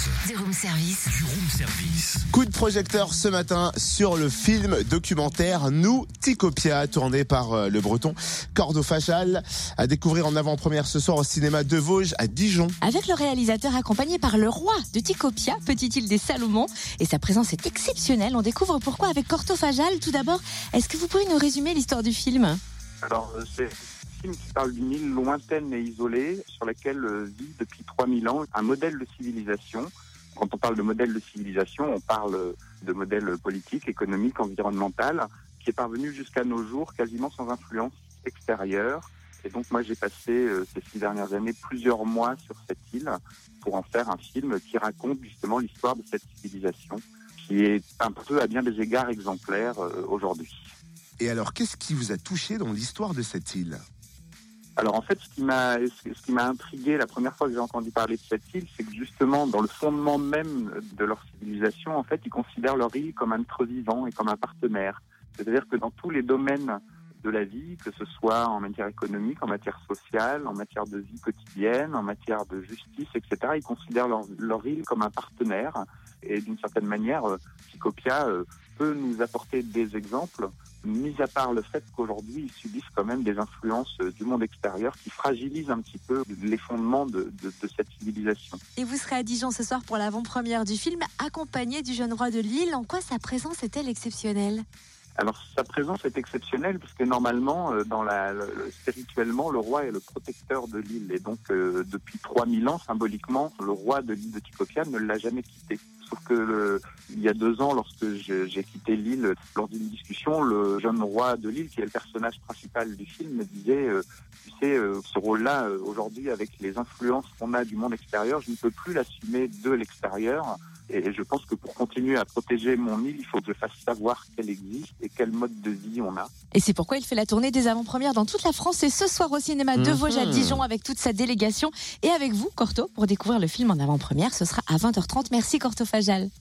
Du room service. Du room service. Coup de projecteur ce matin sur le film documentaire Nous, Tikopia, tourné par le breton Cordo Fajal, à découvrir en avant-première ce soir au cinéma de Vosges à Dijon. Avec le réalisateur accompagné par le roi de Tikopia, petite île des Salomon, et sa présence est exceptionnelle. On découvre pourquoi avec Cordo Fajal. Tout d'abord, est-ce que vous pouvez nous résumer l'histoire du film ? Alors, c'est un film qui parle d'une île lointaine et isolée sur laquelle vit depuis 3000 ans un modèle de civilisation. Quand on parle de modèle de civilisation, on parle de modèle politique, économique, environnemental, qui est parvenu jusqu'à nos jours quasiment sans influence extérieure. Et donc moi j'ai passé ces 6 dernières années plusieurs mois sur cette île pour en faire un film qui raconte justement l'histoire de cette civilisation, qui est un peu à bien des égards exemplaire aujourd'hui. Et alors, qu'est-ce qui vous a touché dans l'histoire de cette île ? Alors en fait, ce qui m'a intrigué la première fois que j'ai entendu parler de cette île, c'est que justement, dans le fondement même de leur civilisation, en fait, ils considèrent leur île comme un être vivant et comme un partenaire. C'est-à-dire que dans tous les domaines de la vie, que ce soit en matière économique, en matière sociale, en matière de vie quotidienne, en matière de justice, etc., ils considèrent leur île comme un partenaire. Et d'une certaine manière, Tikopia peut nous apporter des exemples, mis à part le fait qu'aujourd'hui, ils subissent quand même des influences du monde extérieur qui fragilisent un petit peu les fondements de cette civilisation. Et vous serez à Dijon ce soir pour l'avant-première du film, accompagné du jeune roi de l'île. En quoi sa présence est-elle exceptionnelle ? Alors sa présence est exceptionnelle parce que normalement, spirituellement, le roi est le protecteur de l'île. Et donc depuis 3000 ans, symboliquement, le roi de l'île de Tikopia ne l'a jamais quitté. Sauf que il y a 2 ans, lorsque j'ai quitté l'île, lors d'une discussion, le jeune roi de l'île, qui est le personnage principal du film, me disait tu sais, ce rôle-là, aujourd'hui, avec les influences qu'on a du monde extérieur, je ne peux plus l'assumer de l'extérieur. Et je pense que pour continuer à protéger mon île, il faut que je fasse savoir qu'elle existe et quel mode de vie on a. Et c'est pourquoi il fait la tournée des avant-premières dans toute la France et ce soir au cinéma de Vosges à Dijon avec toute sa délégation. Et avec vous, Cordo, pour découvrir le film en avant-première, ce sera à 20h30. Merci Cordo Fajal.